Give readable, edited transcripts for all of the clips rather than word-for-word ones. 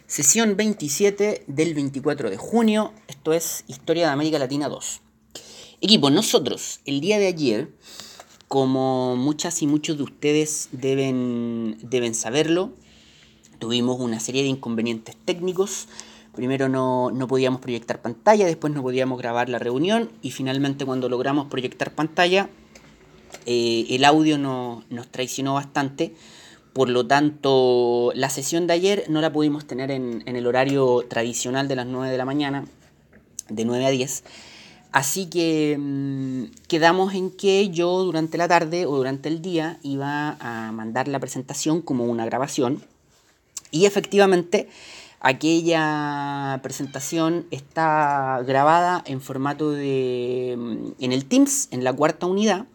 Sesión 27 del 24 de junio, esto es Historia de América Latina 2. Equipo, nosotros el día de ayer, como muchas y muchos de ustedes deben saberlo, tuvimos una serie de inconvenientes técnicos. Primero no podíamos proyectar pantalla, después no podíamos grabar la reunión y finalmente cuando logramos proyectar pantalla, el audio nos traicionó bastante. Por lo tanto, la sesión de ayer no la pudimos tener en el horario tradicional de las 9 de la mañana, de 9 a 10. Así que quedamos en que yo durante la tarde o durante el día iba a mandar la presentación como una grabación. Y efectivamente, aquella presentación está grabada en formato en el Teams, en la cuarta unidad.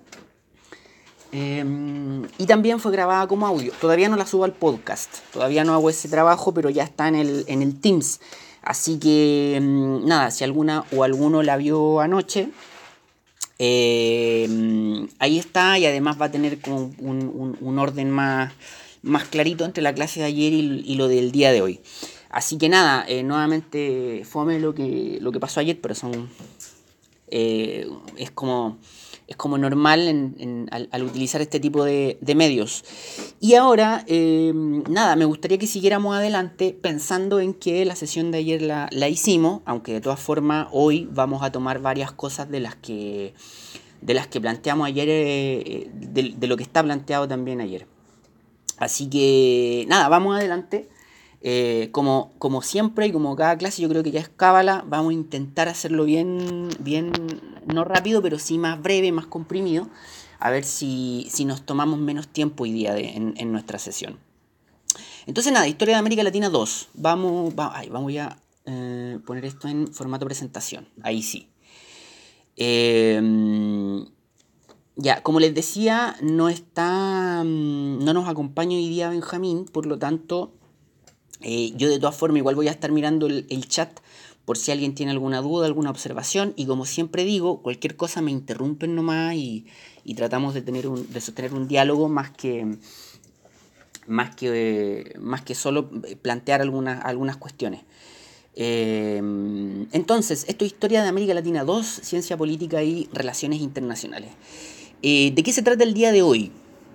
Y también fue grabada como audio. Todavía no la subo al podcast. Todavía no hago ese trabajo, pero ya está en el Teams. Así que nada, si alguna o alguno la vio anoche, ahí está. Y además va a tener como un orden más clarito entre la clase de ayer y lo del día de hoy. Así que nada, nuevamente fome lo que pasó ayer, pero es como normal al utilizar este tipo de medios. Y ahora, nada, me gustaría que siguiéramos adelante pensando en que la sesión de ayer la hicimos, aunque de todas formas hoy vamos a tomar varias cosas de las que planteamos ayer, de lo que está planteado también ayer. Así que, nada, vamos adelante. Como siempre y como cada clase yo creo que ya es cábala, vamos a intentar hacerlo bien, no rápido, pero sí más breve, más comprimido, a ver si nos tomamos menos tiempo hoy día en nuestra sesión. Entonces nada, Historia de América Latina 2. Vamos a poner esto en formato presentación, ahí sí. Ya, como les decía, no nos acompaña hoy día Benjamín, por lo tanto... yo de todas formas igual voy a estar mirando el chat por si alguien tiene alguna duda, alguna observación, y como siempre digo, cualquier cosa me interrumpen nomás y tratamos de sostener un diálogo más que solo plantear algunas cuestiones. Entonces, esto es Historia de América Latina 2, Ciencia Política y Relaciones Internacionales. ¿De qué se trata el día de hoy?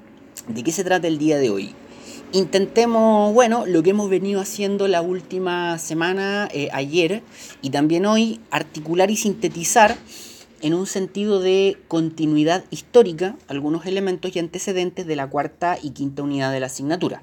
Intentemos, bueno, lo que hemos venido haciendo la última semana, ayer y también hoy, articular y sintetizar en un sentido de continuidad histórica algunos elementos y antecedentes de la cuarta y quinta unidad de la asignatura.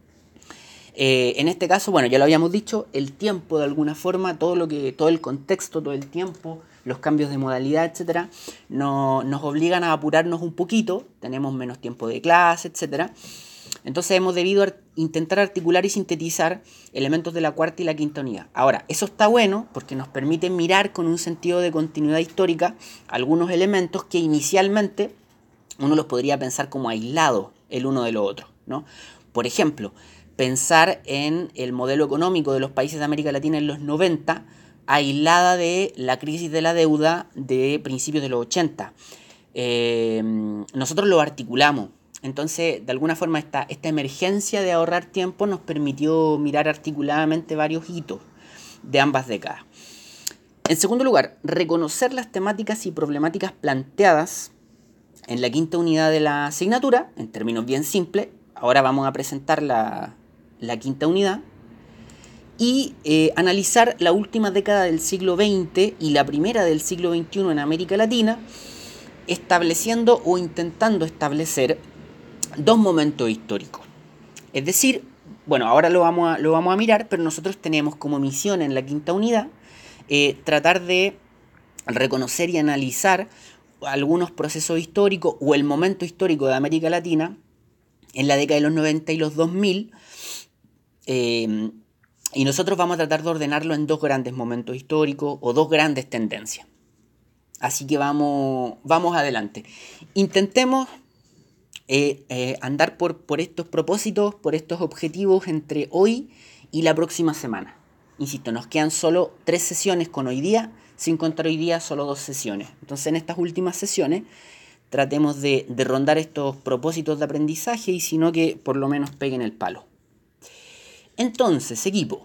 En este caso, bueno, ya lo habíamos dicho, el tiempo de alguna forma, todo el contexto, todo el tiempo, los cambios de modalidad, etcétera, nos obligan a apurarnos un poquito, tenemos menos tiempo de clase, etcétera. Entonces hemos debido intentar articular y sintetizar elementos de la cuarta y la quinta unidad. Ahora, eso está bueno porque nos permite mirar con un sentido de continuidad histórica algunos elementos que inicialmente uno los podría pensar como aislados el uno de lo otro, ¿no? Por ejemplo, pensar en el modelo económico de los países de América Latina en los 90, aislada de la crisis de la deuda de principios de los 80. Nosotros lo articulamos. Entonces, de alguna forma, esta emergencia de ahorrar tiempo nos permitió mirar articuladamente varios hitos de ambas décadas. En segundo lugar, reconocer las temáticas y problemáticas planteadas en la quinta unidad de la asignatura, en términos bien simples. Ahora vamos a presentar la quinta unidad. Y analizar la última década del siglo XX y la primera del siglo XXI en América Latina, estableciendo o intentando establecer dos momentos históricos. Es decir, bueno, ahora lo vamos a mirar, pero nosotros tenemos como misión en la quinta unidad tratar de reconocer y analizar algunos procesos históricos o el momento histórico de América Latina en la década de los 90 y los 2000, y nosotros vamos a tratar de ordenarlo en dos grandes momentos históricos o dos grandes tendencias. Así que vamos adelante. Intentemos andar por estos propósitos, por estos objetivos entre hoy y la próxima semana. Insisto, nos quedan solo 3 sesiones con hoy día, sin contar hoy día solo 2 sesiones. Entonces en estas últimas sesiones tratemos de rondar estos propósitos de aprendizaje y si no que por lo menos peguen el palo. Entonces, equipo.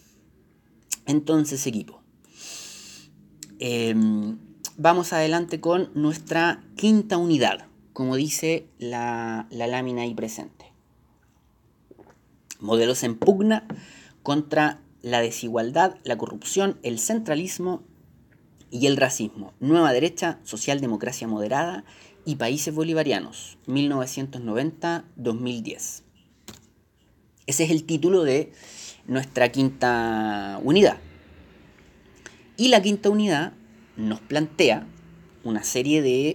Vamos adelante con nuestra quinta unidad, como dice la lámina ahí presente. Modelos en pugna contra la desigualdad, la corrupción, el centralismo y el racismo. Nueva derecha, socialdemocracia moderada y países bolivarianos, 1990-2010. Ese es el título de nuestra quinta unidad. Y la quinta unidad nos plantea una serie de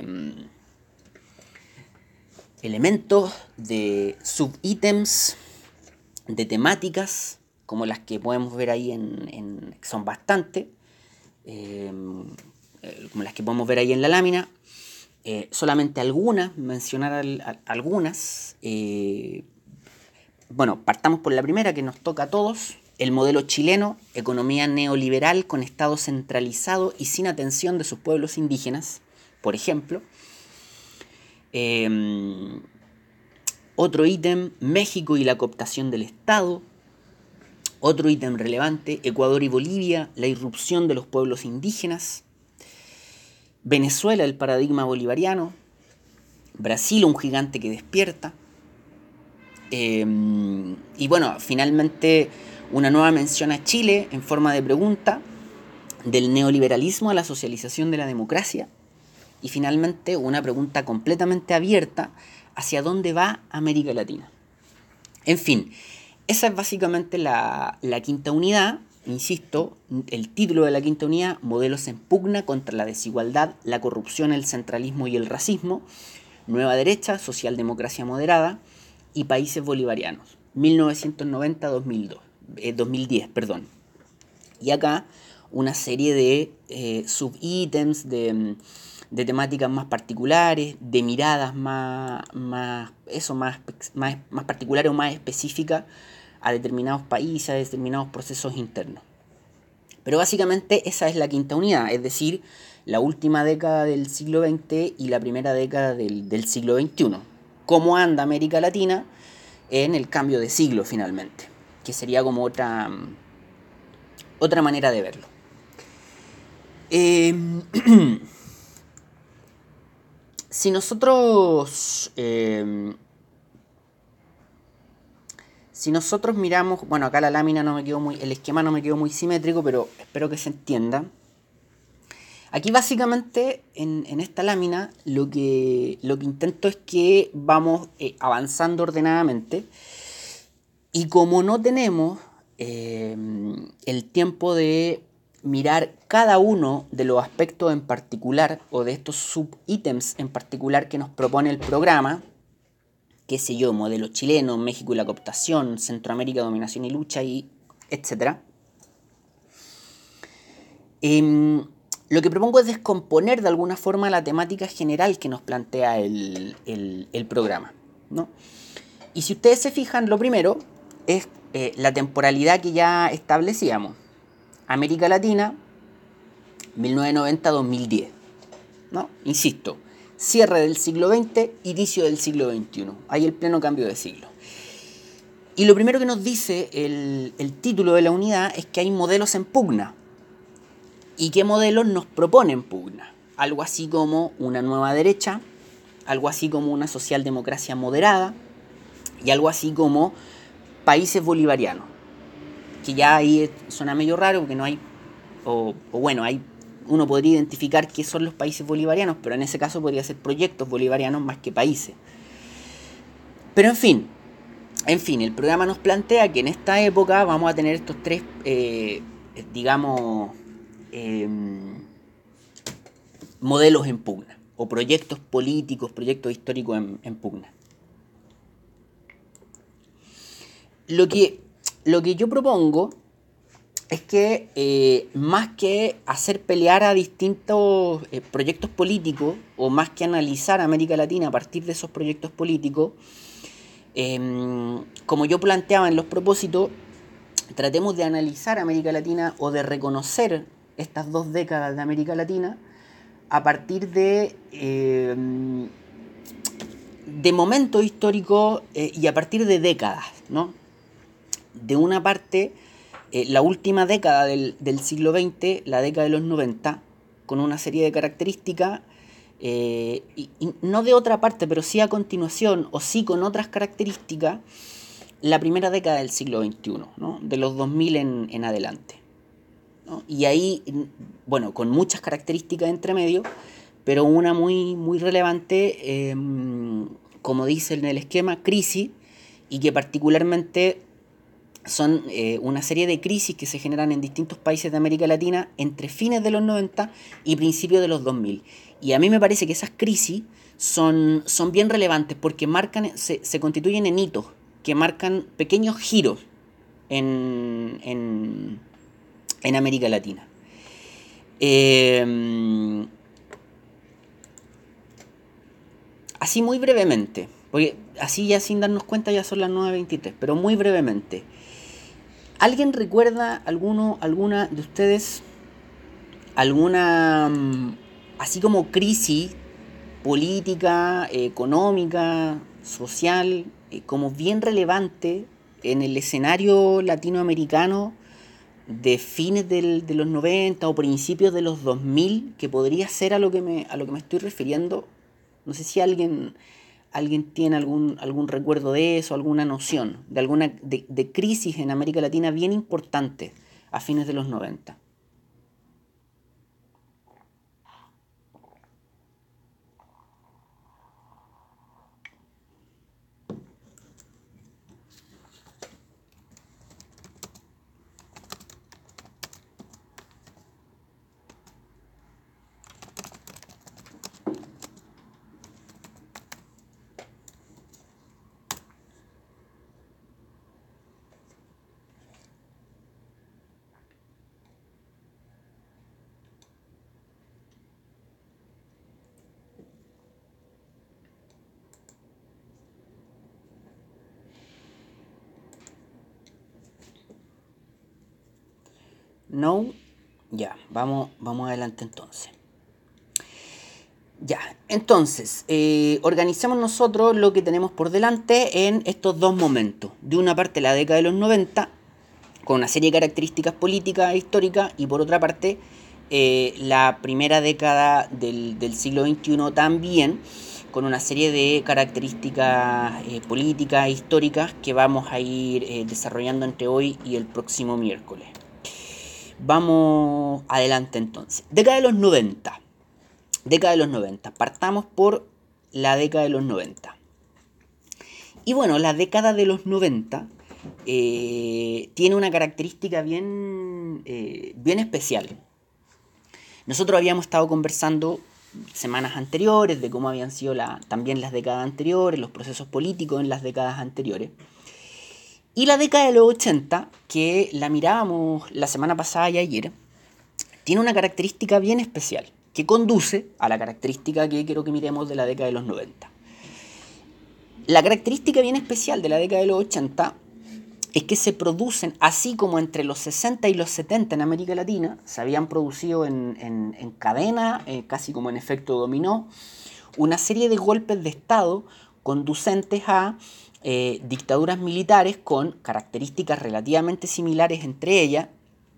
elementos, de subítems, de temáticas, como las que podemos ver ahí son bastantes, como las que podemos ver ahí en la lámina. Solamente algunas, mencionar algunas. Bueno, partamos por la primera que nos toca a todos. El modelo chileno, economía neoliberal con Estado centralizado y sin atención de sus pueblos indígenas, por ejemplo. Otro ítem, México y la cooptación del Estado. Otro ítem relevante, Ecuador y Bolivia, la irrupción de los pueblos indígenas. Venezuela, el paradigma bolivariano. Brasil, un gigante que despierta. Y bueno, finalmente una nueva mención a Chile en forma de pregunta, del neoliberalismo a la socialización de la democracia. Y finalmente una pregunta completamente abierta, ¿hacia dónde va América Latina? En fin, esa es básicamente la quinta unidad. Insisto, el título de la quinta unidad, modelos en pugna contra la desigualdad, la corrupción, el centralismo y el racismo, nueva derecha, socialdemocracia moderada y países bolivarianos, 1990-2010. Y acá una serie de subítems, de temáticas más particulares, de miradas más particulares o más específicas a determinados países, a determinados procesos internos. Pero básicamente esa es la quinta unidad, es decir, la última década del siglo XX y la primera década del siglo XXI. ¿Cómo anda América Latina en el cambio de siglo finalmente? Que sería como otra manera de verlo. Si nosotros miramos, bueno, acá la lámina el esquema no me quedó muy simétrico, pero espero que se entienda. Aquí básicamente en esta lámina lo que intento es que vamos avanzando ordenadamente, y como no tenemos el tiempo de mirar cada uno de los aspectos en particular o de estos subítems en particular que nos propone el programa, qué sé yo, modelo chileno, México y la cooptación, Centroamérica, dominación y lucha, y etcétera. Lo que propongo es descomponer de alguna forma la temática general que nos plantea el programa, ¿no? Y si ustedes se fijan, lo primero es la temporalidad que ya establecíamos. América Latina, 1990-2010, ¿no? Insisto, cierre del siglo XX, inicio del siglo XXI. Hay el pleno cambio de siglo. Y lo primero que nos dice el título de la unidad es que hay modelos en pugna. ¿Y qué modelos nos proponen pugna? Algo así como una nueva derecha, algo así como una socialdemocracia moderada y algo así como países bolivarianos. Que ya ahí suena medio raro porque no hay, uno podría identificar qué son los países bolivarianos, pero en ese caso podría ser proyectos bolivarianos más que países. Pero en fin, el programa nos plantea que en esta época vamos a tener estos tres, modelos en pugna, o proyectos políticos, proyectos históricos en pugna. Lo que yo propongo es que más que hacer pelear a distintos proyectos políticos, o más que analizar a América Latina a partir de esos proyectos políticos, como yo planteaba en los propósitos, tratemos de analizar América Latina o de reconocer estas dos décadas de América Latina a partir de momentos históricos y a partir de décadas, ¿no? de una parte, la última década del siglo XX, la década de los 90, con una serie de características, y no de otra parte, pero sí a continuación, o sí con otras características, la primera década del siglo XXI, ¿no? De los 2000 en adelante, ¿no? Y ahí, bueno, con muchas características entre medio, pero una muy, muy relevante, como dice en el esquema, crisis, y que particularmente son una serie de crisis que se generan en distintos países de América Latina entre fines de los 90 y principios de los 2000. Y a mí me parece que esas crisis son bien relevantes porque se constituyen en hitos que marcan pequeños giros en América Latina. Así muy brevemente, porque así ya sin darnos cuenta ya son las 9:23, pero muy brevemente. ¿Alguien recuerda alguna de ustedes, alguna, así como crisis política, económica, social, como bien relevante en el escenario latinoamericano de fines de los 90 o principios de los 2000, que podría ser a lo que me estoy refiriendo? No sé si alguien tiene algún recuerdo de eso, alguna noción de alguna de crisis en América Latina bien importante a fines de los 90. No, ya, vamos adelante entonces. Ya, entonces, organizamos nosotros lo que tenemos por delante en estos dos momentos. De una parte la década de los 90, con una serie de características políticas e históricas, y por otra parte la primera década del siglo XXI también, con una serie de características políticas e históricas que vamos a ir desarrollando entre hoy y el próximo miércoles. Vamos adelante entonces. Década de los 90. Década de los 90. Partamos por la década de los 90. Y bueno, la década de los 90 tiene una característica bien especial. Nosotros habíamos estado conversando semanas anteriores de cómo habían sido también las décadas anteriores, los procesos políticos en las décadas anteriores. Y la década de los 80, que la mirábamos la semana pasada y ayer, tiene una característica bien especial, que conduce a la característica que quiero que miremos de la década de los 90. La característica bien especial de la década de los 80 es que se producen, así como entre los 60 y los 70 en América Latina, se habían producido en cadena, casi como en efecto dominó, una serie de golpes de Estado conducentes a dictaduras militares con características relativamente similares entre ellas.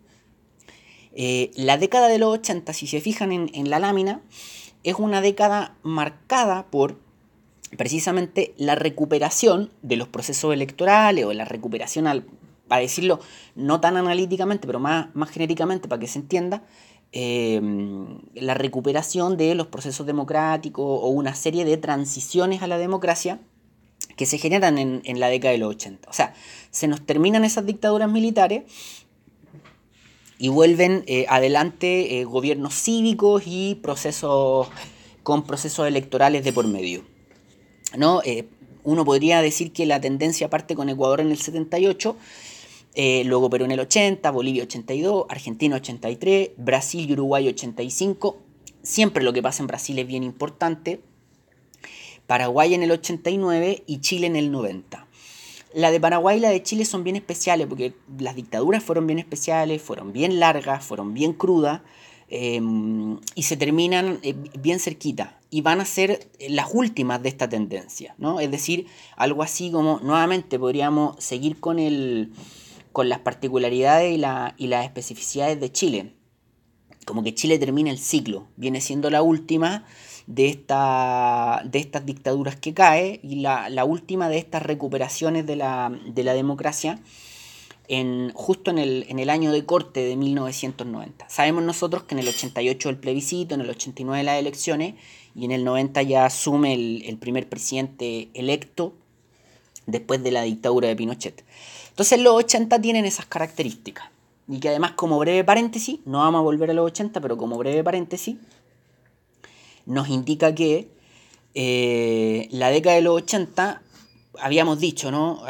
La década de los 80, si se fijan en la lámina, es una década marcada por precisamente la recuperación de los procesos electorales, o la recuperación, para decirlo no tan analíticamente, pero más genéricamente para que se entienda, la recuperación de los procesos democráticos o una serie de transiciones a la democracia que se generan en la década de los 80. O sea, se nos terminan esas dictaduras militares y vuelven adelante gobiernos cívicos y procesos electorales de por medio, ¿no? Uno podría decir que la tendencia parte con Ecuador en el 78, luego Perú en el 80, Bolivia 82, Argentina 83, Brasil y Uruguay 85. Siempre lo que pasa en Brasil es bien importante. Paraguay en el 89 y Chile en el 90. La de Paraguay y la de Chile son bien especiales porque las dictaduras fueron bien especiales, fueron bien largas, fueron bien crudas, y se terminan bien cerquita y van a ser las últimas de esta tendencia, ¿no? Es decir, algo así como nuevamente podríamos seguir con el con las particularidades y las especificidades de Chile. Como que Chile termina el ciclo, viene siendo la última de estas dictaduras que cae y la última de estas recuperaciones de la democracia justo en el año de corte de 1990. Sabemos nosotros que en el 88 el plebiscito, en el 89 las elecciones y en el 90 ya asume el primer presidente electo después de la dictadura de Pinochet. Entonces los 80 tienen esas características. Y que además, como breve paréntesis, no vamos a volver a los 80, pero como breve paréntesis, nos indica que la década de los 80, habíamos dicho, ¿no?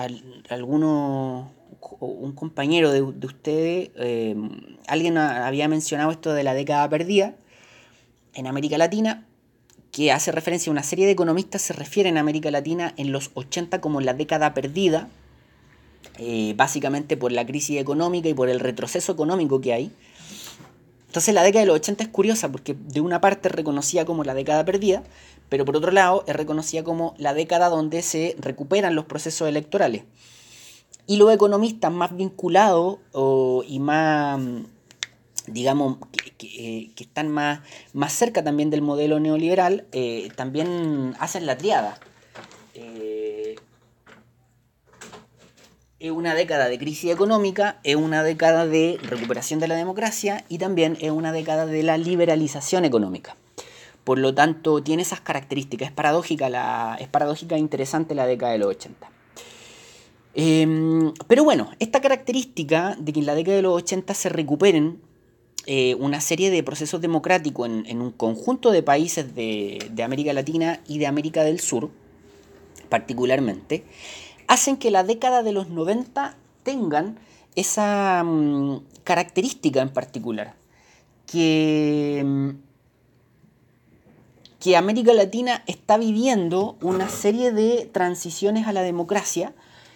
Un compañero de ustedes, alguien había mencionado esto de la década perdida en América Latina, que hace referencia a una serie de economistas se refieren a América Latina en los 80 como la década perdida, básicamente por la crisis económica y por el retroceso económico que hay. Entonces la década de los 80 es curiosa porque de una parte es reconocida como la década perdida, pero por otro lado es reconocida como la década donde se recuperan los procesos electorales. Y los economistas más vinculados y más, digamos, que están más cerca también del modelo neoliberal, también hacen la triada. Es una década de crisis económica, es una década de recuperación de la democracia y también es una década de la liberalización económica. Por lo tanto, tiene esas características. Es paradójica e interesante la década de los 80. Pero bueno, esta característica de que en la década de los 80 se recuperen una serie de procesos democráticos en un conjunto de países de América Latina y de América del Sur, particularmente, hacen que la década de los 90 tengan esa característica en particular, que América Latina está viviendo una serie de transiciones a la democracia,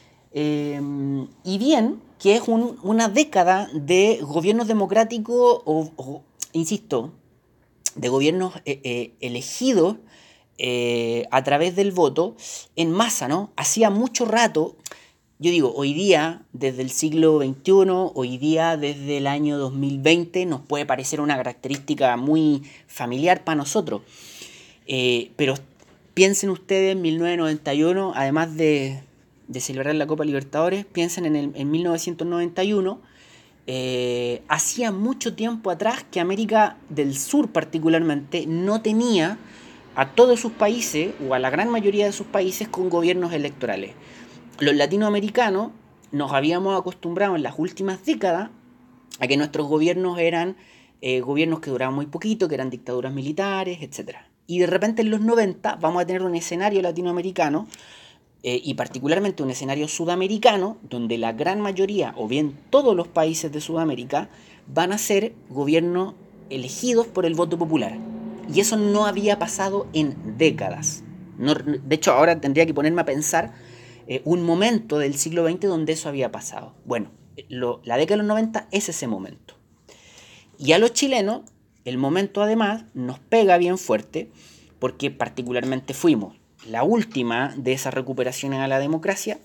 y bien que es una década de gobiernos democráticos insisto, de gobiernos elegidos a través del voto en masa, ¿no? Hacía mucho rato, yo digo, hoy día, desde el siglo XXI, hoy día, desde el año 2020, nos puede parecer una característica muy familiar para nosotros. Pero piensen ustedes en 1991, además de celebrar la Copa Libertadores, piensen en 1991. Hacía mucho tiempo atrás que América del Sur particularmente no tenía a todos sus países, o a la gran mayoría de sus países, con gobiernos electorales. Los latinoamericanos nos habíamos acostumbrado en las últimas décadas a que nuestros gobiernos eran gobiernos que duraban muy poquito, que eran dictaduras militares, etc. Y de repente en los 90 vamos a tener un escenario latinoamericano, y particularmente un escenario sudamericano, donde la gran mayoría, o bien todos los países de Sudamérica, van a ser gobiernos elegidos por el voto popular. Y eso no había pasado en décadas. No, de hecho, ahora tendría que ponerme a pensar un momento del siglo XX donde eso había pasado. Bueno, la década de los 90 es ese momento. Y a los chilenos, el momento además nos pega bien fuerte, porque particularmente fuimos la última de esas recuperaciones a la democracia,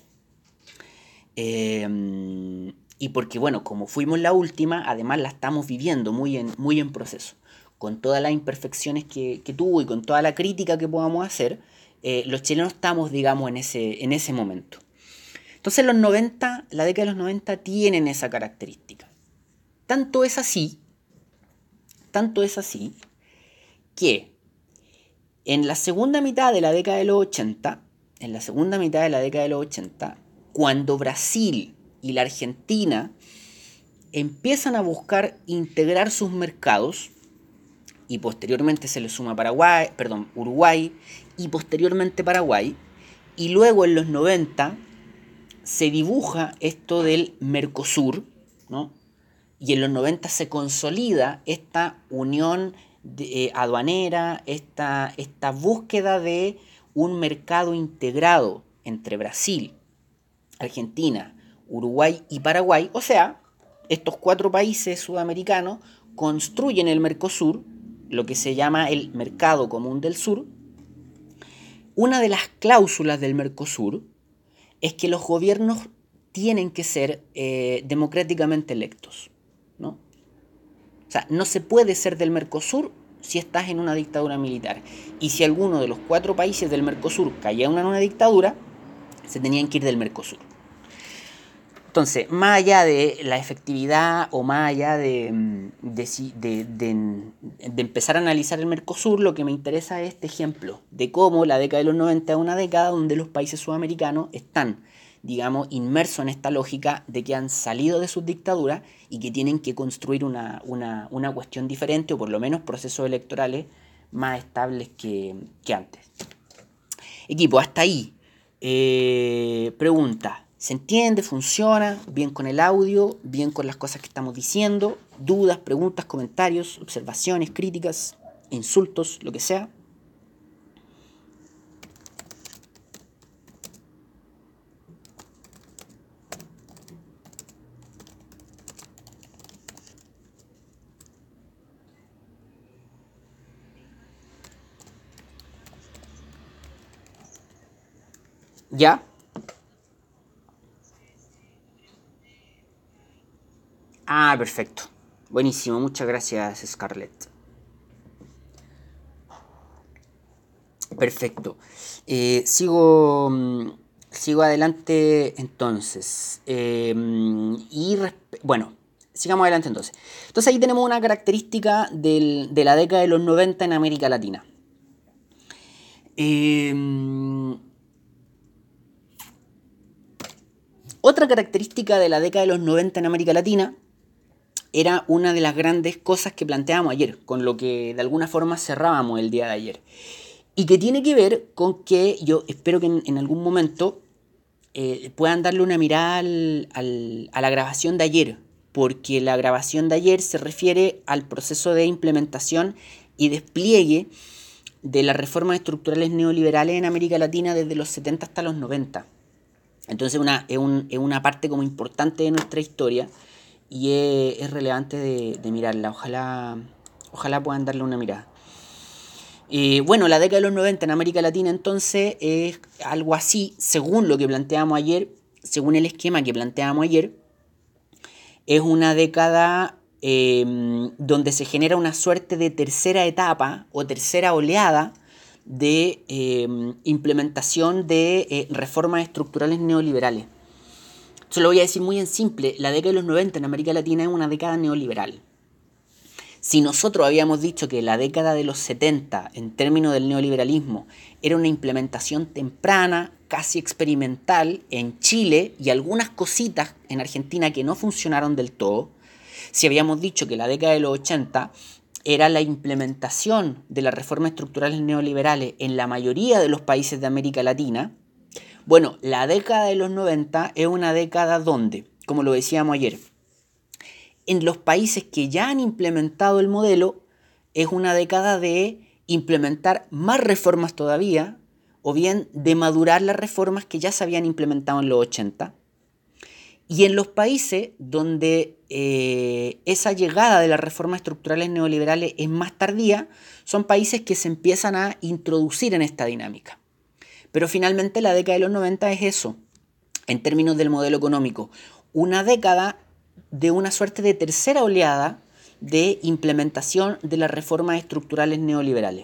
y porque, bueno, como fuimos la última, además la estamos viviendo muy en proceso. Con todas las imperfecciones que tuvo y con toda la crítica que podamos hacer, los chilenos estamos, digamos, en ese momento. Entonces la década de los 90 tienen esa característica. Tanto es así que en la segunda mitad de la década de los 80, cuando Brasil y la Argentina empiezan a buscar integrar sus mercados, y posteriormente se le suma Uruguay, y posteriormente Paraguay, y luego en los 90 se dibuja esto del Mercosur, ¿no? Y en los 90 se consolida esta unión aduanera, esta búsqueda de un mercado integrado entre Brasil, Argentina, Uruguay y Paraguay. O sea, estos 4 países sudamericanos construyen el Mercosur, lo que se llama el Mercado Común del Sur. Una de las cláusulas del Mercosur es que los gobiernos tienen que ser democráticamente electos, ¿no? O sea, no se puede ser del Mercosur si estás en una dictadura militar. Y si alguno de los 4 países del Mercosur caía en una dictadura, se tenían que ir del Mercosur. Entonces, más allá de la efectividad o más allá de empezar a analizar el Mercosur, lo que me interesa es este ejemplo de cómo la década de los 90 es una década donde los países sudamericanos están, digamos, inmersos en esta lógica de que han salido de sus dictaduras y que tienen que construir una cuestión diferente o por lo menos procesos electorales más estables que antes. Equipo, hasta ahí. Pregunta. ¿Se entiende? ¿Funciona? ¿Bien con el audio? ¿Bien con las cosas que estamos diciendo? ¿Dudas, preguntas, comentarios, observaciones, críticas, insultos, lo que sea? ¿Ya? Ah, perfecto. Buenísimo, muchas gracias, Scarlett. Perfecto. Sigo adelante entonces. Bueno, sigamos adelante entonces. Entonces ahí tenemos una característica de la década de los 90 en América Latina. Otra característica de la década de los 90 en América Latina era una de las grandes cosas que planteábamos ayer, con lo que de alguna forma cerrábamos el día de ayer. Y que tiene que ver con que yo espero que en algún momento puedan darle una mirada a la grabación de ayer, porque la grabación de ayer se refiere al proceso de implementación y despliegue de las reformas estructurales neoliberales en América Latina desde los 70 hasta los 90. Entonces es una parte como importante de nuestra historia y es relevante de mirarla. Ojalá puedan darle una mirada. Bueno, la década de los 90 en América Latina entonces es algo así, según lo que planteamos ayer, según el esquema que planteamos ayer, es una década donde se genera una suerte de tercera etapa o tercera oleada de implementación de reformas estructurales neoliberales. Eso lo voy a decir muy en simple, la década de los 90 en América Latina es una década neoliberal. Si nosotros habíamos dicho que la década de los 70, en términos del neoliberalismo, era una implementación temprana, casi experimental, en Chile y algunas cositas en Argentina que no funcionaron del todo, si habíamos dicho que la década de los 80 era la implementación de las reformas estructurales neoliberales en la mayoría de los países de América Latina, bueno, la década de los 90 es una década donde, como lo decíamos ayer, en los países que ya han implementado el modelo, es una década de implementar más reformas todavía, o bien de madurar las reformas que ya se habían implementado en los 80. Y en los países donde esa llegada de las reformas estructurales neoliberales es más tardía, son países que se empiezan a introducir en esta dinámica. Pero finalmente la década de los 90 es eso, en términos del modelo económico, una década de una suerte de tercera oleada de implementación de las reformas estructurales neoliberales.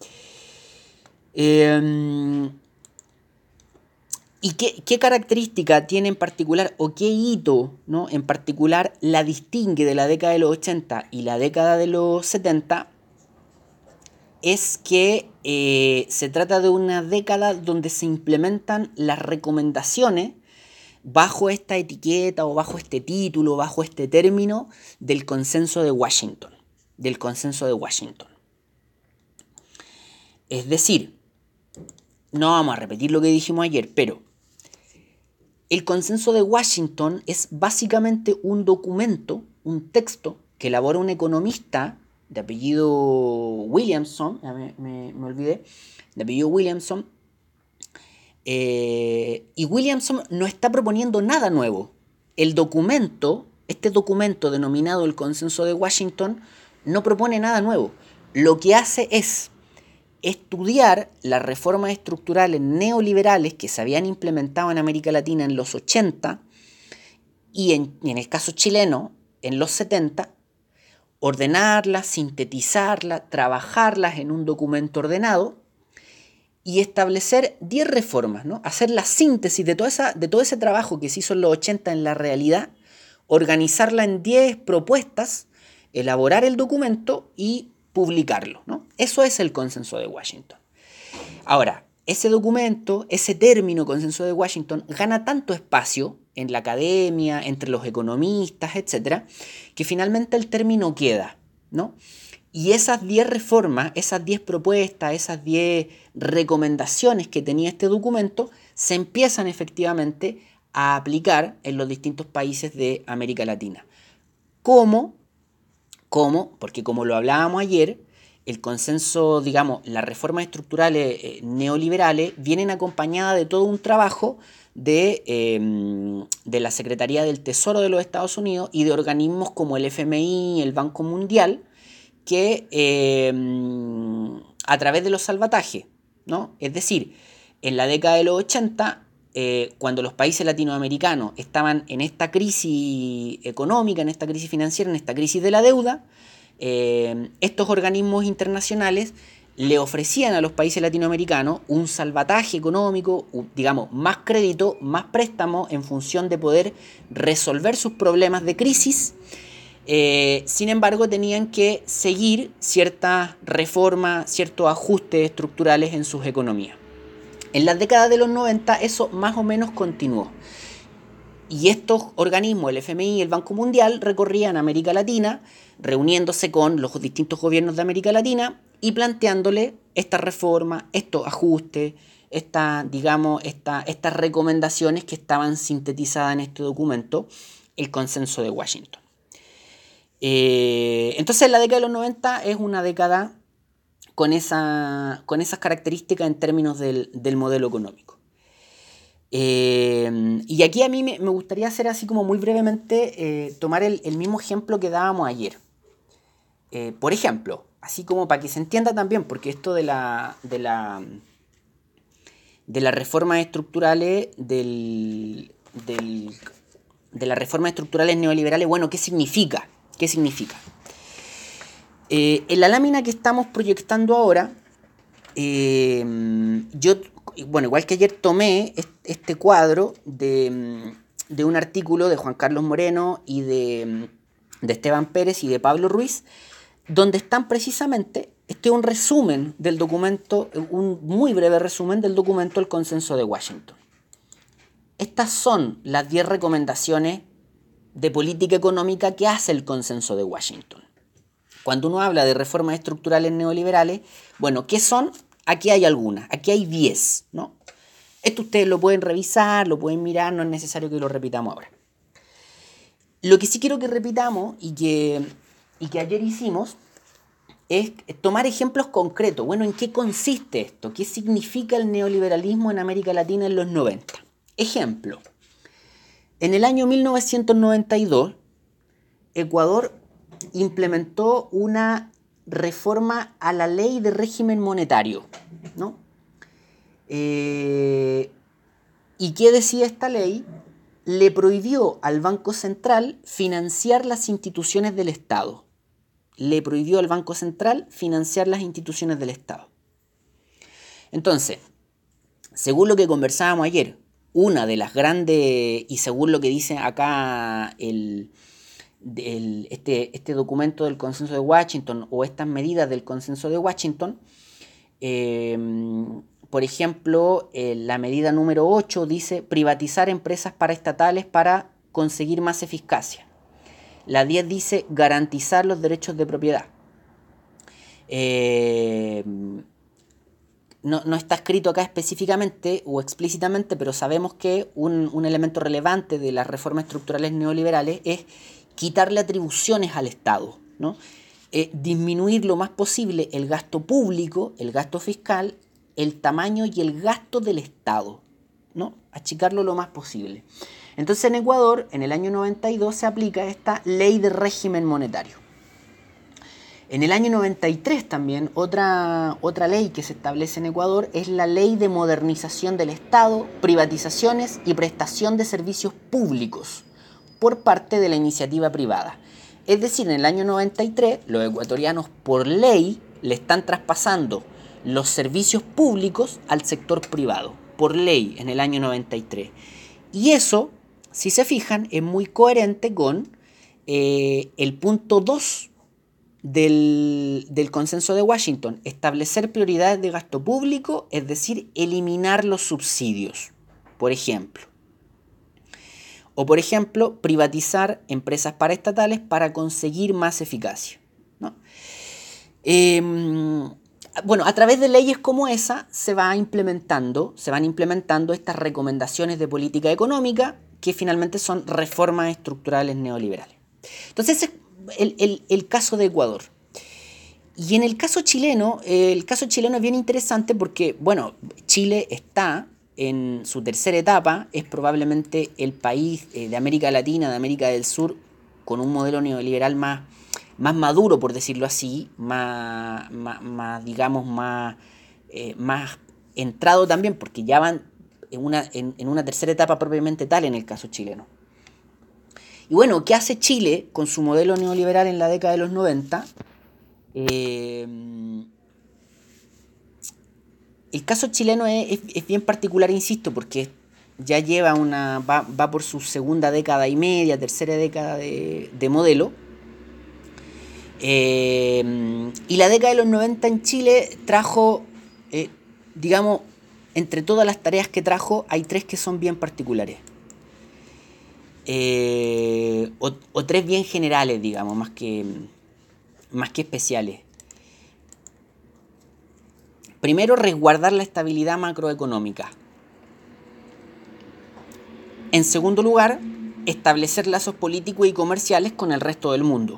¿Y qué característica tiene en particular, o qué hito, ¿no?, en particular la distingue de la década de los 80 y la década de los 70? Es que se trata de una década donde se implementan las recomendaciones bajo esta etiqueta o bajo este título, bajo este término del consenso de Washington. Es decir, no vamos a repetir lo que dijimos ayer, pero el consenso de Washington es básicamente un documento, un texto que elabora un economista de apellido Williamson, me olvidé, de apellido Williamson. Y Williamson no está proponiendo nada nuevo. Este documento denominado el Consenso de Washington, no propone nada nuevo. Lo que hace es estudiar las reformas estructurales neoliberales que se habían implementado en América Latina en los 80 y en el caso chileno, en los 70, ordenarlas, sintetizarlas, trabajarlas en un documento ordenado y establecer 10 reformas, ¿no? Hacer la síntesis de todo ese trabajo que se hizo en los 80 en la realidad, organizarla en 10 propuestas, elaborar el documento y publicarlo, ¿no? Eso es el consenso de Washington. Ahora, ese documento, ese término consenso de Washington, gana tanto espacio en la academia, entre los economistas, etcétera, que finalmente el término queda, ¿no? Y esas 10 reformas, esas 10 propuestas, esas 10 recomendaciones que tenía este documento, se empiezan efectivamente a aplicar en los distintos países de América Latina. ¿Cómo? Porque como lo hablábamos ayer, el consenso, digamos, las reformas estructurales neoliberales vienen acompañadas de todo un trabajo de la Secretaría del Tesoro de los Estados Unidos y de organismos como el FMI, el Banco Mundial, que a través de los salvatajes, ¿no? Es decir, en la década de los 80, cuando los países latinoamericanos estaban en esta crisis económica, en esta crisis financiera, en esta crisis de la deuda, estos organismos internacionales le ofrecían a los países latinoamericanos un salvataje económico, digamos, más crédito, más préstamo en función de poder resolver sus problemas de crisis. Sin embargo, tenían que seguir ciertas reformas, ciertos ajustes estructurales en sus economías. En las décadas de los 90 eso más o menos continuó. Y estos organismos, el FMI y el Banco Mundial, recorrían América Latina, reuniéndose con los distintos gobiernos de América Latina y planteándole esta reforma, estos ajustes, estas recomendaciones que estaban sintetizadas en este documento, el consenso de Washington. Entonces la década de los 90 es una década con esas características en términos del modelo económico. Y aquí a mí me gustaría hacer así como muy brevemente, tomar el mismo ejemplo que dábamos ayer. Por ejemplo, así como para que se entienda también, porque esto de las reformas estructurales de las reformas estructurales neoliberales, bueno, ¿qué significa? ¿Qué significa? En la lámina que estamos proyectando ahora, yo, bueno, igual que ayer tomé este cuadro de un artículo de Juan Carlos Moreno y de Esteban Pérez y de Pablo Ruiz, donde están precisamente, este es un resumen del documento, un muy breve resumen del documento El Consenso de Washington. Estas son las 10 recomendaciones de política económica que hace el Consenso de Washington. Cuando uno habla de reformas estructurales neoliberales, bueno, ¿qué son? Aquí hay algunas, aquí hay 10, ¿no? Esto ustedes lo pueden revisar, lo pueden mirar, no es necesario que lo repitamos ahora. Lo que sí quiero que repitamos y que ayer hicimos es tomar ejemplos concretos. Bueno, ¿en qué consiste esto? ¿Qué significa el neoliberalismo en América Latina en los 90? Ejemplo, en el año 1992, Ecuador implementó una reforma a la ley de régimen monetario, ¿no? ¿Y qué decía esta ley? Le prohibió al Banco Central financiar las instituciones del Estado. Le prohibió al Banco Central financiar las instituciones del Estado. Entonces, según lo que conversábamos ayer, una de las grandes, y según lo que dice acá este documento del Consenso de Washington o estas medidas del Consenso de Washington, por ejemplo, la medida número 8 dice privatizar empresas paraestatales para conseguir más eficacia. La 10 dice garantizar los derechos de propiedad. No está escrito acá específicamente o explícitamente, pero sabemos que un elemento relevante de las reformas estructurales neoliberales es quitarle atribuciones al Estado, ¿no? Disminuir lo más posible el gasto público, el gasto fiscal, el tamaño y el gasto del Estado, ¿no? Achicarlo lo más posible. Entonces en Ecuador, en el año 92, se aplica esta ley de régimen monetario. En el año 93 también, otra ley que se establece en Ecuador es la Ley de Modernización del Estado, Privatizaciones y Prestación de Servicios Públicos, por parte de la iniciativa privada. Es decir, en el año 93 los ecuatorianos por ley le están traspasando los servicios públicos al sector privado, por ley en el año 93. Y eso, si se fijan, es muy coherente con el punto 2 del consenso de Washington, establecer prioridades de gasto público, es decir, eliminar los subsidios, por ejemplo. O, por ejemplo, privatizar empresas paraestatales para conseguir más eficacia, ¿no? Bueno, a través de leyes como esa se van implementando estas recomendaciones de política económica que finalmente son reformas estructurales neoliberales. Entonces, ese es el caso de Ecuador. Y en el caso chileno es bien interesante porque, bueno, Chile está en su tercera etapa, es probablemente el país de América Latina, de América del Sur, con un modelo neoliberal más maduro, por decirlo así, más entrado también, porque ya van en una tercera etapa propiamente tal en el caso chileno. Y bueno, ¿qué hace Chile con su modelo neoliberal en la década de los 90? El caso chileno es bien particular, insisto, porque ya lleva va por su segunda década y media, tercera década de modelo. Y la década de los 90 en Chile trajo, digamos, entre todas las tareas que trajo, hay tres que son bien particulares. O tres bien generales, digamos, más que especiales. Primero, resguardar la estabilidad macroeconómica. En segundo lugar, establecer lazos políticos y comerciales con el resto del mundo.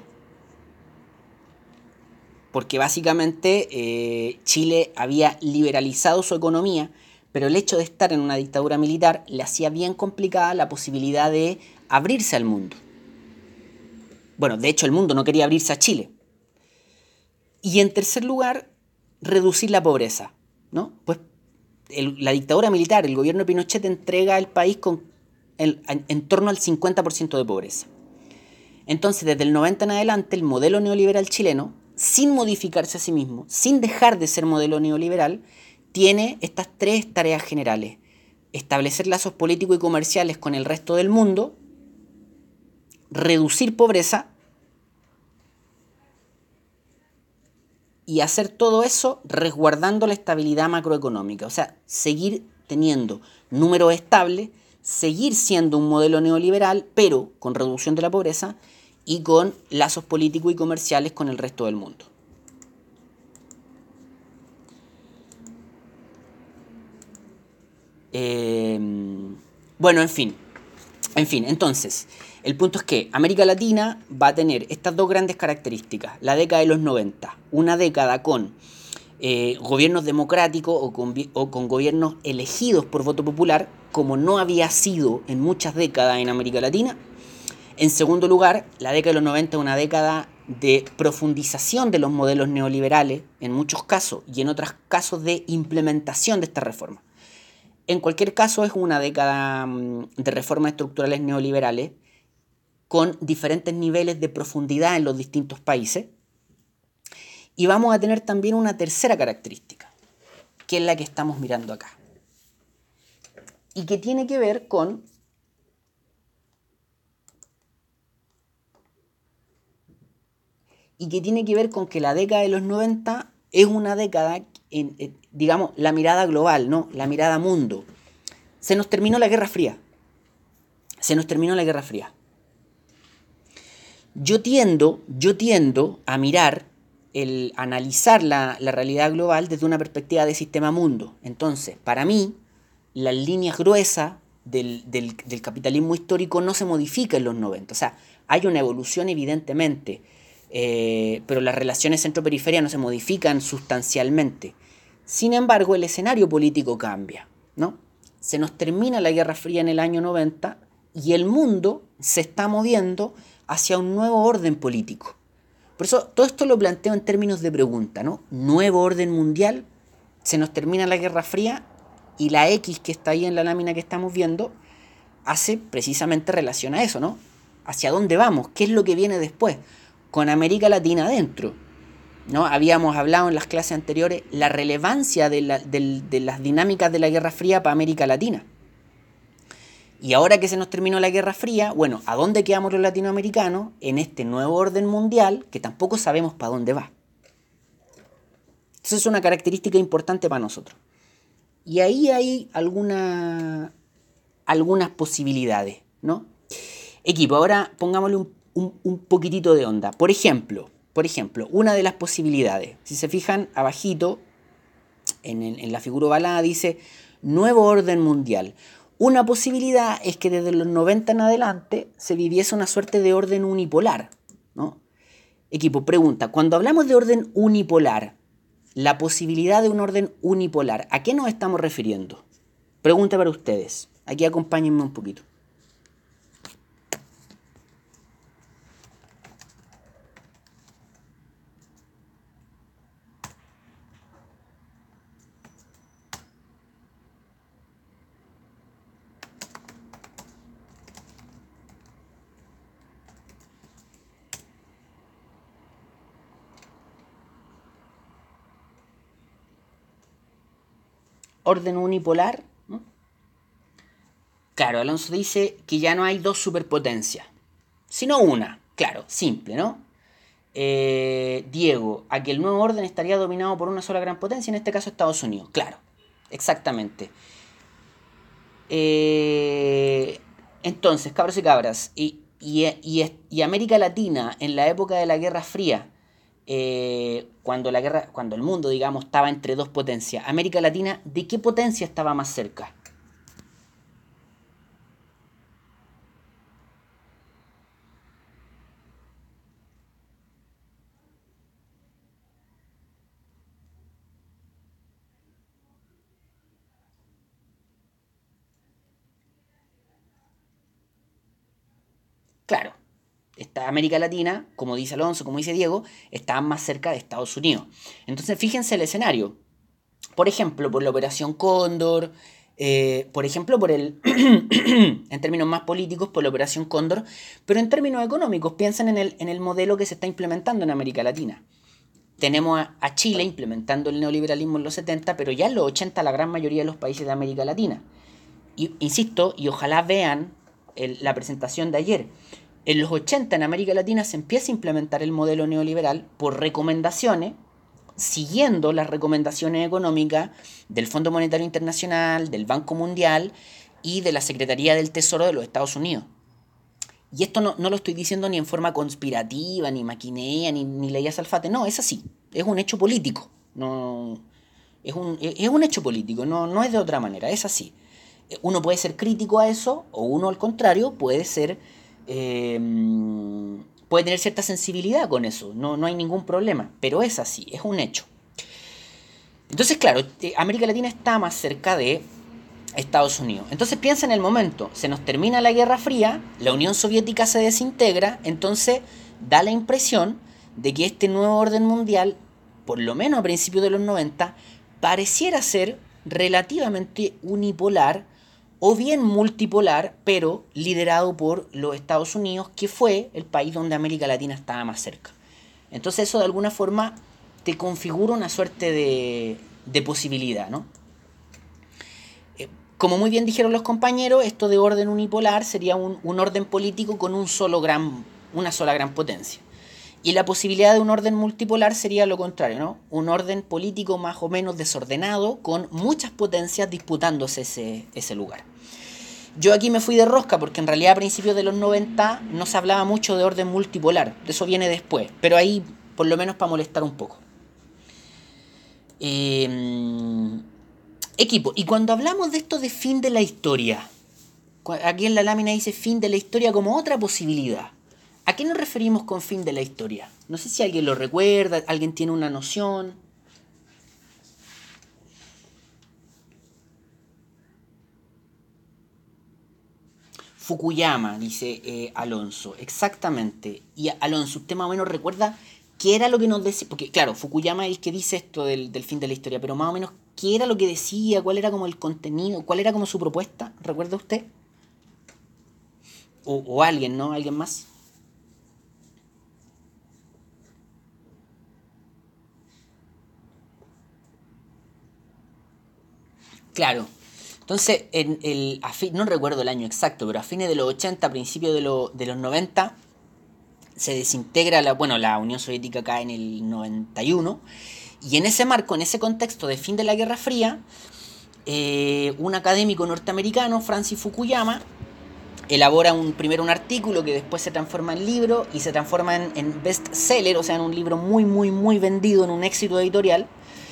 Porque básicamente Chile había liberalizado su economía, pero el hecho de estar en una dictadura militar le hacía bien complicada la posibilidad de abrirse al mundo. Bueno, de hecho el mundo no quería abrirse a Chile. Y en tercer lugar, reducir la pobreza, ¿no? Pues la dictadura militar, el gobierno de Pinochet entrega el país con en torno al 50% de pobreza. Entonces, desde el 90 en adelante, el modelo neoliberal chileno, sin modificarse a sí mismo, sin dejar de ser modelo neoliberal, tiene estas tres tareas generales: establecer lazos políticos y comerciales con el resto del mundo, reducir pobreza y hacer todo eso resguardando la estabilidad macroeconómica. O sea, seguir teniendo números estables, seguir siendo un modelo neoliberal, pero con reducción de la pobreza y con lazos políticos y comerciales con el resto del mundo. Bueno, en fin, entonces, el punto es que América Latina va a tener estas dos grandes características. La década de los 90, una década con gobiernos democráticos o con gobiernos elegidos por voto popular, como no había sido en muchas décadas en América Latina. En segundo lugar, la década de los 90 es una década de profundización de los modelos neoliberales, en muchos casos, y en otros casos de implementación de estas reformas. En cualquier caso, es una década de reformas estructurales neoliberales con diferentes niveles de profundidad en los distintos países. Y vamos a tener también una tercera característica, que es la que estamos mirando acá. Y que tiene que ver con que la década de los 90 es una década, digamos, la mirada global, ¿no? La mirada mundo. Se nos terminó la Guerra Fría. Yo tiendo a mirar, analizar la realidad global desde una perspectiva de sistema mundo. Entonces, para mí, las líneas gruesas del capitalismo histórico no se modifican en los 90. O sea, hay una evolución evidentemente, pero las relaciones centro-periferia no se modifican sustancialmente. Sin embargo, el escenario político cambia, ¿no? Se nos termina la Guerra Fría en el año 90 y el mundo se está moviendo hacia un nuevo orden político. Por eso todo esto lo planteo en términos de pregunta, ¿no? Nuevo orden mundial, se nos termina la Guerra Fría y la X que está ahí en la lámina que estamos viendo hace precisamente relación a eso, ¿no? hacia dónde vamos, qué es lo que viene después, con América Latina adentro, ¿no? Habíamos hablado en las clases anteriores la relevancia de las dinámicas de la Guerra Fría para América Latina. Y ahora que se nos terminó la Guerra Fría, bueno, ¿a dónde quedamos los latinoamericanos en este nuevo orden mundial que tampoco sabemos para dónde va? Eso es una característica importante para nosotros. Y ahí hay algunas posibilidades, ¿no? Equipo, ahora pongámosle un poquitito de onda. Por ejemplo, una de las posibilidades, si se fijan abajito, en la figura ovalada dice nuevo orden mundial. Una posibilidad es que desde los 90 en adelante se viviese una suerte de orden unipolar, ¿no? Equipo, pregunta, cuando hablamos de orden unipolar, la posibilidad de un orden unipolar, ¿a qué nos estamos refiriendo? Pregunta para ustedes. Aquí acompáñenme un poquito. Orden unipolar, ¿no? Claro, Alonso dice que ya no hay dos superpotencias, sino una. Claro, simple, ¿no? Diego, a que el nuevo orden estaría dominado por una sola gran potencia, en este caso Estados Unidos. Claro, exactamente. Entonces, cabros y cabras, y América Latina en la época de la Guerra Fría, cuando el mundo, digamos, estaba entre dos potencias, América Latina, ¿de qué potencia estaba más cerca? Claro, está América Latina, como dice Alonso, como dice Diego, está más cerca de Estados Unidos. Entonces, fíjense el escenario. Por ejemplo, por la Operación Cóndor, por ejemplo, en términos más políticos, por la Operación Cóndor, pero en términos económicos, piensen en el modelo que se está implementando en América Latina. Tenemos a Chile implementando el neoliberalismo en los 70, pero ya en los 80 la gran mayoría de los países de América Latina. Y, insisto, y ojalá vean la presentación de ayer. En los 80 en América Latina se empieza a implementar el modelo neoliberal por recomendaciones, siguiendo las recomendaciones económicas del Fondo Monetario Internacional, del Banco Mundial y de la Secretaría del Tesoro de los Estados Unidos. Y esto no lo estoy diciendo ni en forma conspirativa, ni maquinea, ni leyes alfate. No, es así. Es un hecho político. No, es un hecho político, no es de otra manera, es así. Uno puede ser crítico a eso, o uno al contrario puede ser puede tener cierta sensibilidad con eso, no hay ningún problema, pero es así, es un hecho. Entonces, claro, América Latina está más cerca de Estados Unidos. Entonces piensa en el momento, se nos termina la Guerra Fría, la Unión Soviética se desintegra, entonces da la impresión de que este nuevo orden mundial, por lo menos a principios de los 90, pareciera ser relativamente unipolar o bien multipolar, pero liderado por los Estados Unidos, que fue el país donde América Latina estaba más cerca. Entonces eso de alguna forma te configura una suerte de posibilidad, ¿no? Como muy bien dijeron los compañeros, esto de orden unipolar sería un orden político con una sola gran potencia. Y la posibilidad de un orden multipolar sería lo contrario, ¿no? Un orden político más o menos desordenado con muchas potencias disputándose ese lugar. Yo aquí me fui de rosca porque en realidad a principios de los 90 no se hablaba mucho de orden multipolar, de eso viene después, pero ahí por lo menos para molestar un poco. Equipo, y cuando hablamos de esto de fin de la historia, aquí en la lámina dice fin de la historia como otra posibilidad. ¿A qué nos referimos con fin de la historia? No sé si alguien lo recuerda, alguien tiene una noción. Fukuyama, dice Alonso, exactamente. Y Alonso, ¿usted más o menos recuerda qué era lo que nos decía? Porque claro, Fukuyama es el que dice esto del fin de la historia, pero más o menos, ¿qué era lo que decía? ¿Cuál era como el contenido? ¿Cuál era como su propuesta? ¿Recuerda usted? o alguien, ¿no? ¿Alguien más? Claro. Entonces, no recuerdo el año exacto, pero a fines de los 80, a principios de los 90, se desintegra bueno, la Unión Soviética cae en el 91, y en ese marco, en ese contexto de fin de la Guerra Fría, un académico norteamericano, Francis Fukuyama, elabora primero un artículo que después se transforma en libro y se transforma en bestseller, o sea, en un libro muy, muy, muy vendido, en un éxito editorial.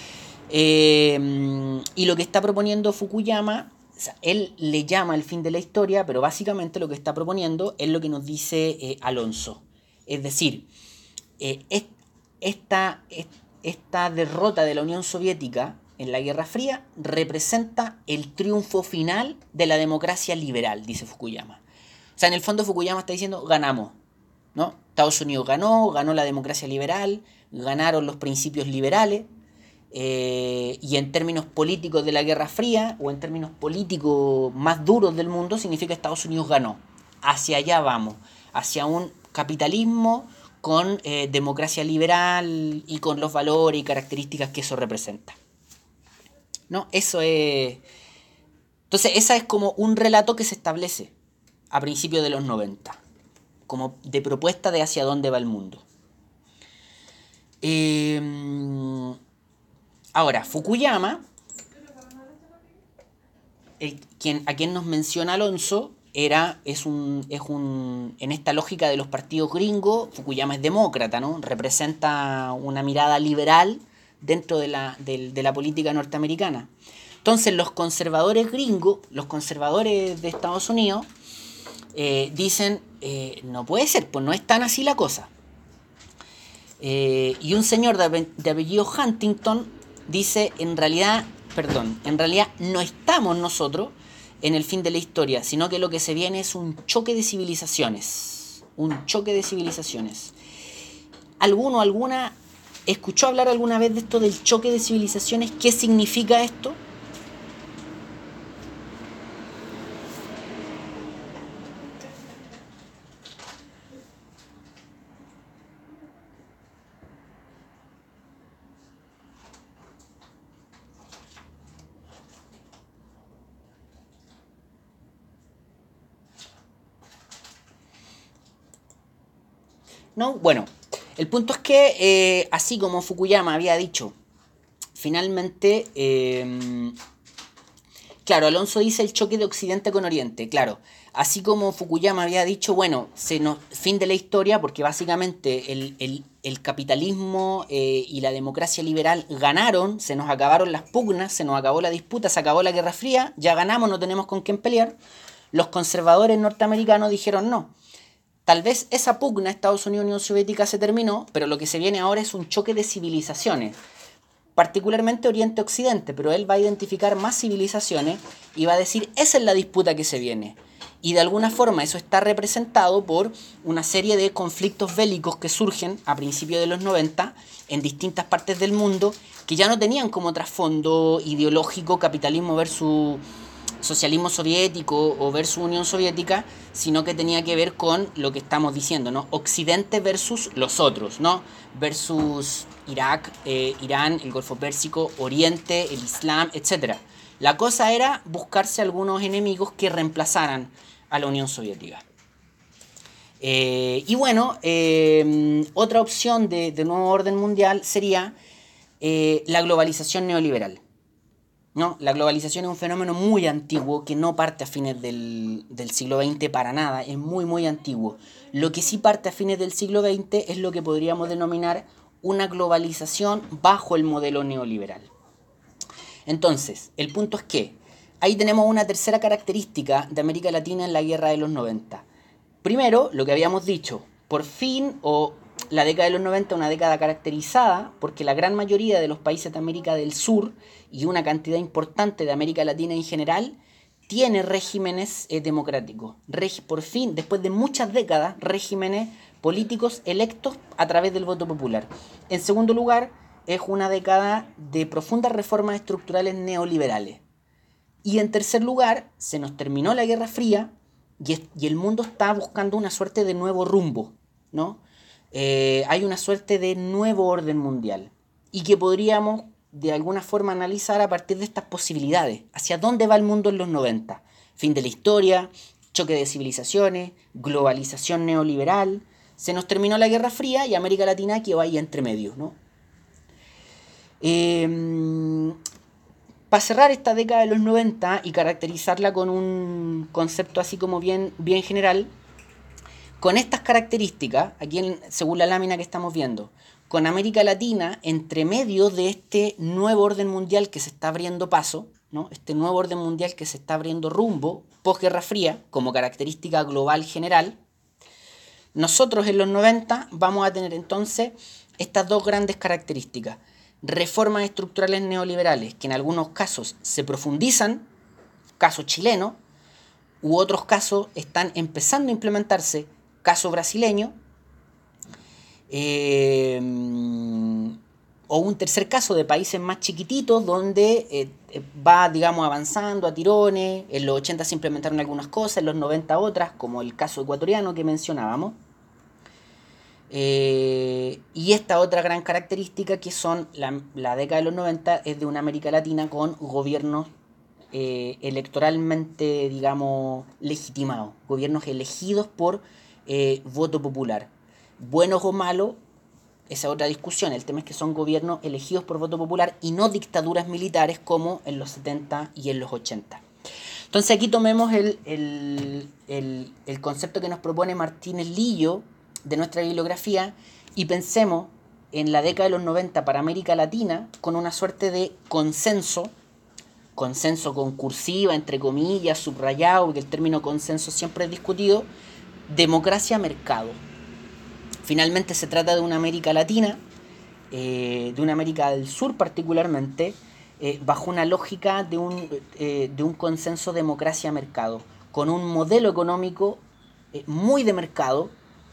Y lo que está proponiendo Fukuyama, o sea, él le llama el fin de la historia, pero básicamente lo que está proponiendo es lo que nos dice Alonso. Es decir, eh, esta, esta derrota de la Unión Soviética en la Guerra Fría representa el triunfo final de la democracia liberal, dice Fukuyama. O sea, en el fondo Fukuyama está diciendo, ganamos, ¿no? Estados Unidos ganó la democracia liberal, ganaron los principios liberales, y en términos políticos de la Guerra Fría, o en términos políticos más duros del mundo, significa que Estados Unidos ganó. Hacia allá vamos, hacia un capitalismo con democracia liberal y con los valores y características que eso representa. ¿No? Eso es... Entonces, esa es como un relato que se establece a principios de los 90, como de propuesta de hacia dónde va el mundo. Ahora, Fukuyama, a quien nos menciona Alonso, en esta lógica de los partidos gringos, Fukuyama es demócrata, ¿no? Representa una mirada liberal dentro de la política norteamericana. Entonces los conservadores gringos, los conservadores de Estados Unidos, dicen, no puede ser, pues no es tan así la cosa. Y un señor de apellido Huntington dice, en realidad no estamos nosotros en el fin de la historia, sino que lo que se viene es un choque de civilizaciones. Un choque de civilizaciones. ¿Alguna escuchó hablar alguna vez de esto del choque de civilizaciones? ¿Qué significa esto? No, bueno, el punto es que, así como Fukuyama había dicho, finalmente, claro, Alonso dice el choque de Occidente con Oriente, claro. Así como Fukuyama había dicho, bueno, fin de la historia, porque básicamente el capitalismo y la democracia liberal ganaron, se nos acabaron las pugnas, se nos acabó la disputa, se acabó la Guerra Fría, ya ganamos, no tenemos con quién pelear. Los conservadores norteamericanos dijeron no. Tal vez esa pugna Estados Unidos-Unión Soviética se terminó, pero lo que se viene ahora es un choque de civilizaciones, particularmente Oriente-Occidente, pero él va a identificar más civilizaciones y va a decir, esa es la disputa que se viene. Y de alguna forma eso está representado por una serie de conflictos bélicos que surgen a principios de los 90 en distintas partes del mundo, que ya no tenían como trasfondo ideológico capitalismo versus socialismo soviético o versus Unión Soviética, sino que tenía que ver con lo que estamos diciendo, ¿no? Occidente versus los otros, ¿no? Versus Irak, Irán, el Golfo Pérsico, Oriente, el Islam, etc. La cosa era buscarse algunos enemigos que reemplazaran a la Unión Soviética. Y bueno, otra opción de nuevo orden mundial sería la globalización neoliberal. ¿No? La globalización es un fenómeno muy antiguo que no parte a fines del siglo XX para nada, es muy muy antiguo. Lo que sí parte a fines del siglo XX es lo que podríamos denominar una globalización bajo el modelo neoliberal. Entonces, el punto es que ahí tenemos una tercera característica de América Latina en la guerra de los 90. Primero, lo que habíamos dicho, por fin, o la década de los 90 una década caracterizada porque la gran mayoría de los países de América del Sur y una cantidad importante de América Latina en general tiene regímenes democráticos. Por fin, después de muchas décadas, regímenes políticos electos a través del voto popular. En segundo lugar, es una década de profundas reformas estructurales neoliberales. Y en tercer lugar, se nos terminó la Guerra Fría, y el mundo está buscando una suerte de nuevo rumbo, ¿no? Hay una suerte de nuevo orden mundial y que podríamos de alguna forma analizar a partir de estas posibilidades. ¿Hacia dónde va el mundo en los 90? Fin de la historia, choque de civilizaciones, globalización neoliberal. Se nos terminó la Guerra Fría y América Latina quedó ahí entre medio, ¿no? Para cerrar esta década de los 90 y caracterizarla con un concepto así como bien general, con estas características, aquí según la lámina que estamos viendo, con América Latina entre medio de este nuevo orden mundial que se está abriendo paso, ¿no? Este nuevo orden mundial que se está abriendo rumbo, posguerra fría, como característica global general, nosotros en los 90 vamos a tener entonces estas dos grandes características. Reformas estructurales neoliberales que en algunos casos se profundizan, caso chileno, u otros casos están empezando a implementarse, caso brasileño, o un tercer caso de países más chiquititos donde va, digamos, avanzando a tirones. En los 80 se implementaron algunas cosas, en los 90 otras, como el caso ecuatoriano que mencionábamos. Y esta otra gran característica que son la década de los 90 es de una América Latina con gobiernos electoralmente, digamos, legitimados, gobiernos elegidos por voto popular. Buenos o malos, esa es otra discusión. El tema es que son gobiernos elegidos por voto popular y no dictaduras militares como en los 70 y en los 80. Entonces aquí tomemos el concepto que nos propone Martínez Lillo de nuestra bibliografía y pensemos en la década de los 90 para América Latina con una suerte de consenso con cursiva, entre comillas, subrayado, porque el término consenso siempre es discutido, democracia-mercado. Finalmente se trata de una América Latina, de una América del Sur particularmente, bajo una lógica de un consenso democracia-mercado, con un modelo económico muy de mercado,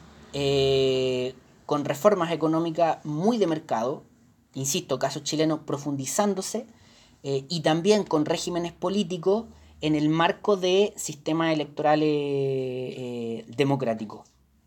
con reformas económicas muy de mercado, insisto, caso chileno profundizándose, y también con regímenes políticos en el marco de sistemas electorales democráticos.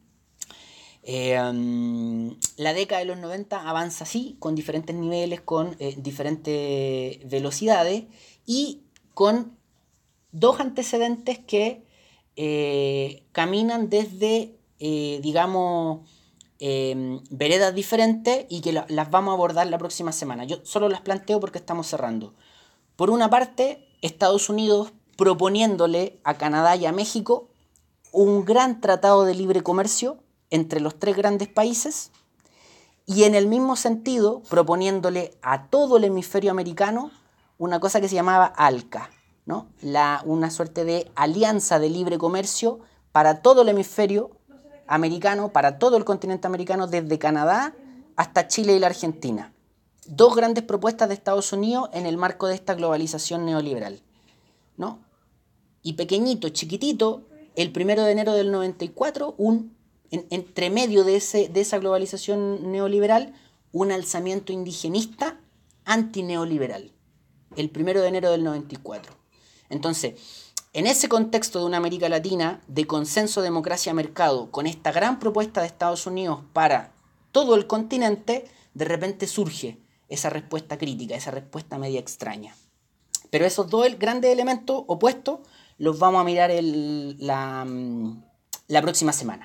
La década de los 90 avanza así, con diferentes niveles, con diferentes velocidades y con dos antecedentes que caminan desde, digamos, veredas diferentes y que las vamos a abordar la próxima semana. Yo solo las planteo porque estamos cerrando. Por una parte, Estados Unidos proponiéndole a Canadá y a México un gran tratado de libre comercio entre los tres grandes países y en el mismo sentido proponiéndole a todo el hemisferio americano una cosa que se llamaba ALCA, ¿no? Una suerte de alianza de libre comercio para todo el hemisferio americano, para todo el continente americano, desde Canadá hasta Chile y la Argentina. Dos grandes propuestas de Estados Unidos en el marco de esta globalización neoliberal, ¿no? Y pequeñito, chiquitito, el 1 de enero del 94, entre medio de esa globalización neoliberal, un alzamiento indigenista antineoliberal, el 1 de enero del 94. Entonces, en ese contexto de una América Latina de consenso democracia-mercado, con esta gran propuesta de Estados Unidos para todo el continente, de repente surge esa respuesta crítica, esa respuesta media extraña. Pero esos dos grandes elementos opuestos los vamos a mirar la próxima semana.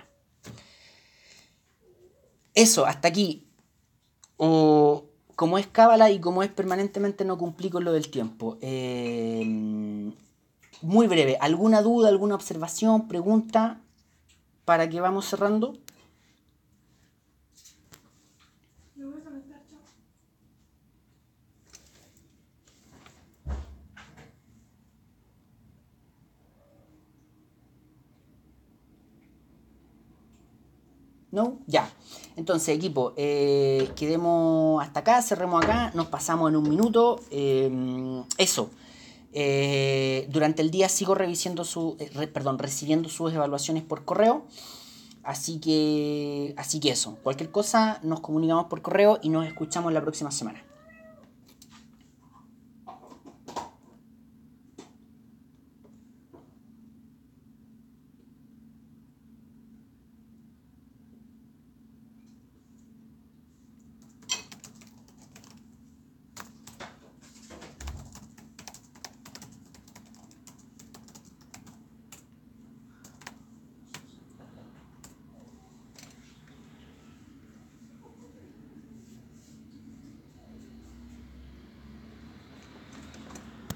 Eso, hasta aquí. Como es cábala y como es permanentemente no cumplí con lo del tiempo. Muy breve. ¿Alguna duda, alguna observación, pregunta para que vamos cerrando? ¿No? Ya. Entonces, equipo, quedemos hasta acá, cerremos acá, nos pasamos en un minuto. Eso. Durante el día sigo recibiendo sus evaluaciones por correo. Así que eso. Cualquier cosa nos comunicamos por correo y nos escuchamos la próxima semana.